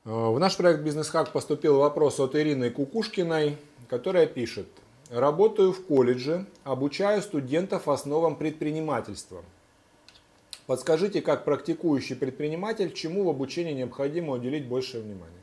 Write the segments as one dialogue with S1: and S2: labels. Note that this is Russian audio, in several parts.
S1: В наш проект «Бизнес-хак» поступил вопрос от Ирины Кукушкиной, которая пишет: «Работаю в колледже, обучаю студентов основам предпринимательства. Подскажите, как практикующий предприниматель, чему в обучении необходимо уделить большее внимание?»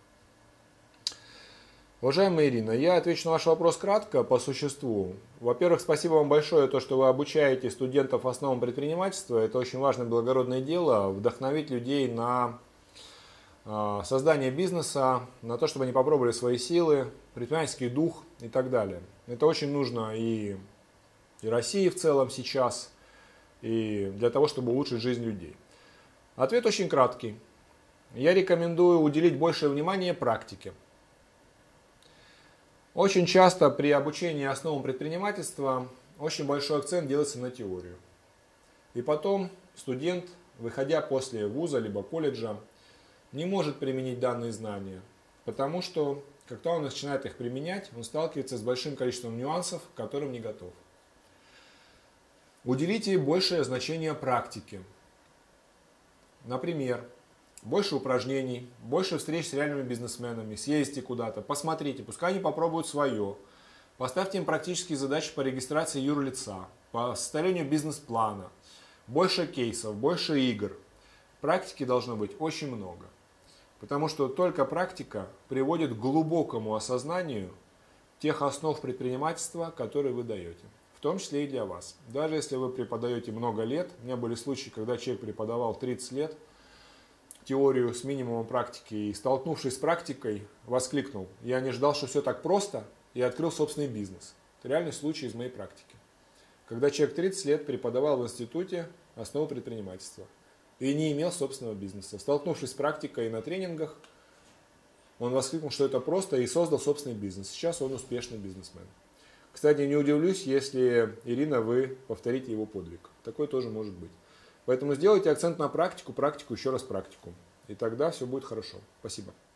S1: Уважаемая Ирина, я отвечу на ваш вопрос кратко, по существу. Во-первых, спасибо вам большое, то, что вы обучаете студентов основам предпринимательства. Это очень важное благородное дело, вдохновить людей на создание бизнеса, на то, чтобы они попробовали свои силы, предпринимательский дух и так далее. Это очень нужно и России в целом сейчас, и для того, чтобы улучшить жизнь людей. Ответ очень краткий. Я рекомендую уделить большее внимание практике. Очень часто при обучении основам предпринимательства очень большой акцент делается на теорию. И потом студент, выходя после вуза либо колледжа, не может применить данные знания, потому что, когда он начинает их применять, он сталкивается с большим количеством нюансов, к которым не готов. Уделите большее значение практике. Например, больше упражнений, больше встреч с реальными бизнесменами, съездите куда-то, посмотрите, пускай они попробуют свое. Поставьте им практические задачи по регистрации юрлица, по составлению бизнес-плана, больше кейсов, больше игр. Практики должно быть очень много. Потому что только практика приводит к глубокому осознанию тех основ предпринимательства, которые вы даете. В том числе и для вас. Даже если вы преподаете много лет, у меня были случаи, когда человек преподавал 30 лет теорию с минимумом практики и, столкнувшись с практикой, воскликнул: «Я не ждал, что все так просто», и открыл собственный бизнес. Это реальный случай из моей практики. Когда человек 30 лет преподавал в институте основы предпринимательства и не имел собственного бизнеса. Столкнувшись с практикой на тренингах, он воскликнул, что это просто, и создал собственный бизнес. Сейчас он успешный бизнесмен. Кстати, не удивлюсь, если, Ирина, вы повторите его подвиг. Такой тоже может быть. Поэтому сделайте акцент на практику, еще раз практику. И тогда все будет хорошо. Спасибо.